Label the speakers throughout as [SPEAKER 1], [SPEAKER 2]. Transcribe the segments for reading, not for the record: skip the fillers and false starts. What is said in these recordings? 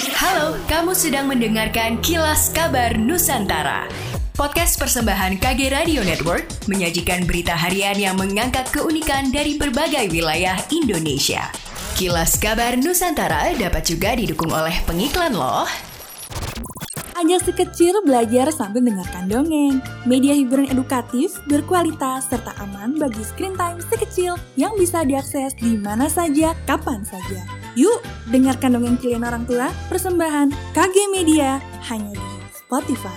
[SPEAKER 1] Halo, kamu sedang mendengarkan Kilas Kabar Nusantara. Podcast persembahan KG Radio Network menyajikan berita harian yang mengangkat keunikan dari berbagai wilayah Indonesia. Kilas Kabar Nusantara dapat juga didukung oleh pengiklan loh.
[SPEAKER 2] Ajak si kecil belajar sambil mendengarkan dongeng. Media hiburan edukatif, berkualitas, serta aman bagi screen time si kecil yang bisa diakses di mana saja, kapan saja. Yuk, dengarkan dongeng pilihan orang tua, persembahan KG Media, hanya di Spotify.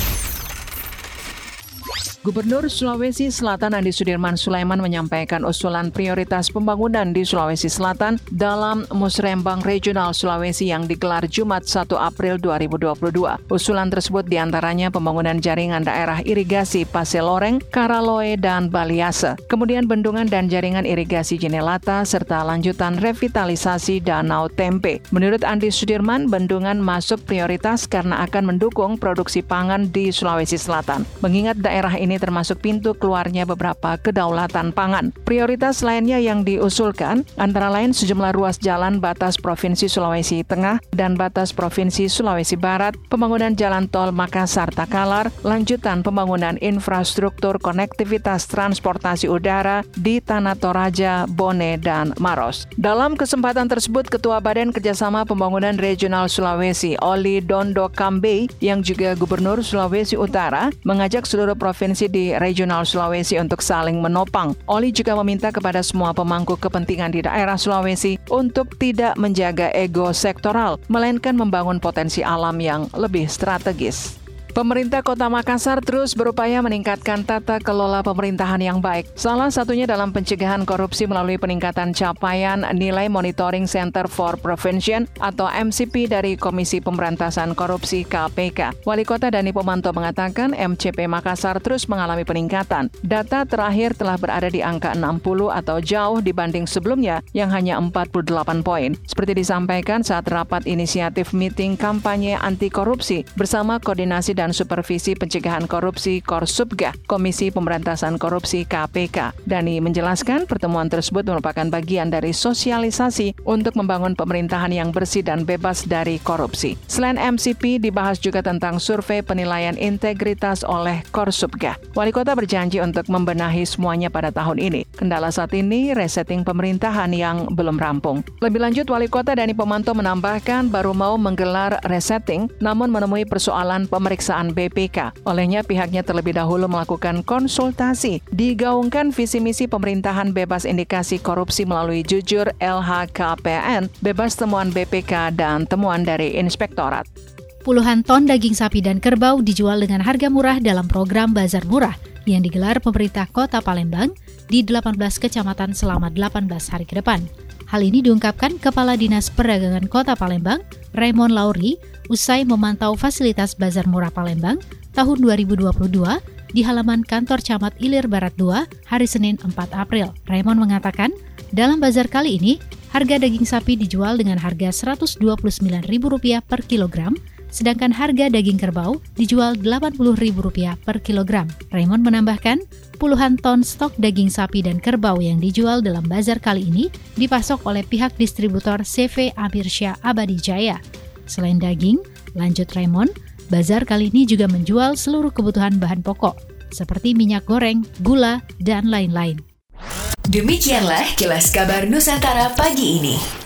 [SPEAKER 3] Gubernur Sulawesi Selatan Andi Sudirman Sulaiman menyampaikan usulan prioritas pembangunan di Sulawesi Selatan dalam Musrembang Regional Sulawesi yang digelar Jumat 1 April 2022. Usulan tersebut diantaranya pembangunan jaringan daerah irigasi Paseloreng, Karaloe, dan Baliase, kemudian bendungan dan jaringan irigasi Jenelata, serta lanjutan revitalisasi Danau Tempe. Menurut Andi Sudirman, bendungan masuk prioritas karena akan mendukung produksi pangan di Sulawesi Selatan. Mengingat daerah ini termasuk pintu keluarnya beberapa kedaulatan pangan. Prioritas lainnya yang diusulkan antara lain sejumlah ruas jalan batas Provinsi Sulawesi Tengah dan batas Provinsi Sulawesi Barat, pembangunan jalan tol Makassar-Takalar, lanjutan pembangunan infrastruktur konektivitas transportasi udara di Tanah Toraja, Bone, dan Maros. Dalam kesempatan tersebut, Ketua Badan Kerjasama Pembangunan Regional Sulawesi, Oli Dondo Kambe, yang juga Gubernur Sulawesi Utara, mengajak seluruh provinsi di Regional Sulawesi untuk saling menopang. Oli juga meminta kepada semua pemangku kepentingan di daerah Sulawesi untuk tidak menjaga ego sektoral, melainkan membangun potensi alam yang lebih strategis. Pemerintah Kota Makassar terus berupaya meningkatkan tata kelola pemerintahan yang baik. Salah satunya dalam pencegahan korupsi melalui peningkatan capaian nilai Monitoring Center for Prevention atau MCP dari Komisi Pemberantasan Korupsi KPK. Wali Kota Dani Pomanto mengatakan MCP Makassar terus mengalami peningkatan. Data terakhir telah berada di angka 60 atau jauh dibanding sebelumnya yang hanya 48 poin. Seperti disampaikan saat rapat inisiatif meeting kampanye anti korupsi bersama koordinasi dan Supervisi Pencegahan Korupsi Korsubga, Komisi Pemberantasan Korupsi KPK. Dani menjelaskan pertemuan tersebut merupakan bagian dari sosialisasi untuk membangun pemerintahan yang bersih dan bebas dari korupsi. Selain MCP, dibahas juga tentang survei penilaian integritas oleh Korsubga. Wali Kota berjanji untuk membenahi semuanya pada tahun ini. Kendala saat ini, resetting pemerintahan yang belum rampung. Lebih lanjut, Wali Kota Dani Pomanto menambahkan baru mau menggelar resetting, namun menemui persoalan pemeriksaan BPK. Olehnya pihaknya terlebih dahulu melakukan konsultasi, digaungkan visi misi pemerintahan bebas indikasi korupsi melalui jujur LHKPN, bebas temuan BPK dan temuan dari inspektorat.
[SPEAKER 4] Puluhan ton daging sapi dan kerbau dijual dengan harga murah dalam program Bazar Murah yang digelar pemerintah Kota Palembang di 18 kecamatan selama 18 hari ke depan. Hal ini diungkapkan Kepala Dinas Perdagangan Kota Palembang, Raymond Lauri, usai memantau fasilitas Bazar Murah Palembang tahun 2022 di halaman kantor Camat Ilir Barat 2 hari Senin 4 April. Raymond mengatakan, dalam bazar kali ini, harga daging sapi dijual dengan harga Rp129.000 per kilogram, sedangkan harga daging kerbau dijual Rp80.000 per kilogram. Raymond menambahkan, puluhan ton stok daging sapi dan kerbau yang dijual dalam bazar kali ini dipasok oleh pihak distributor CV Amirsyah Abadi Jaya. Selain daging, lanjut Raymond, bazar kali ini juga menjual seluruh kebutuhan bahan pokok, seperti minyak goreng, gula, dan lain-lain.
[SPEAKER 1] Demikianlah Kilas Kabar Nusantara pagi ini.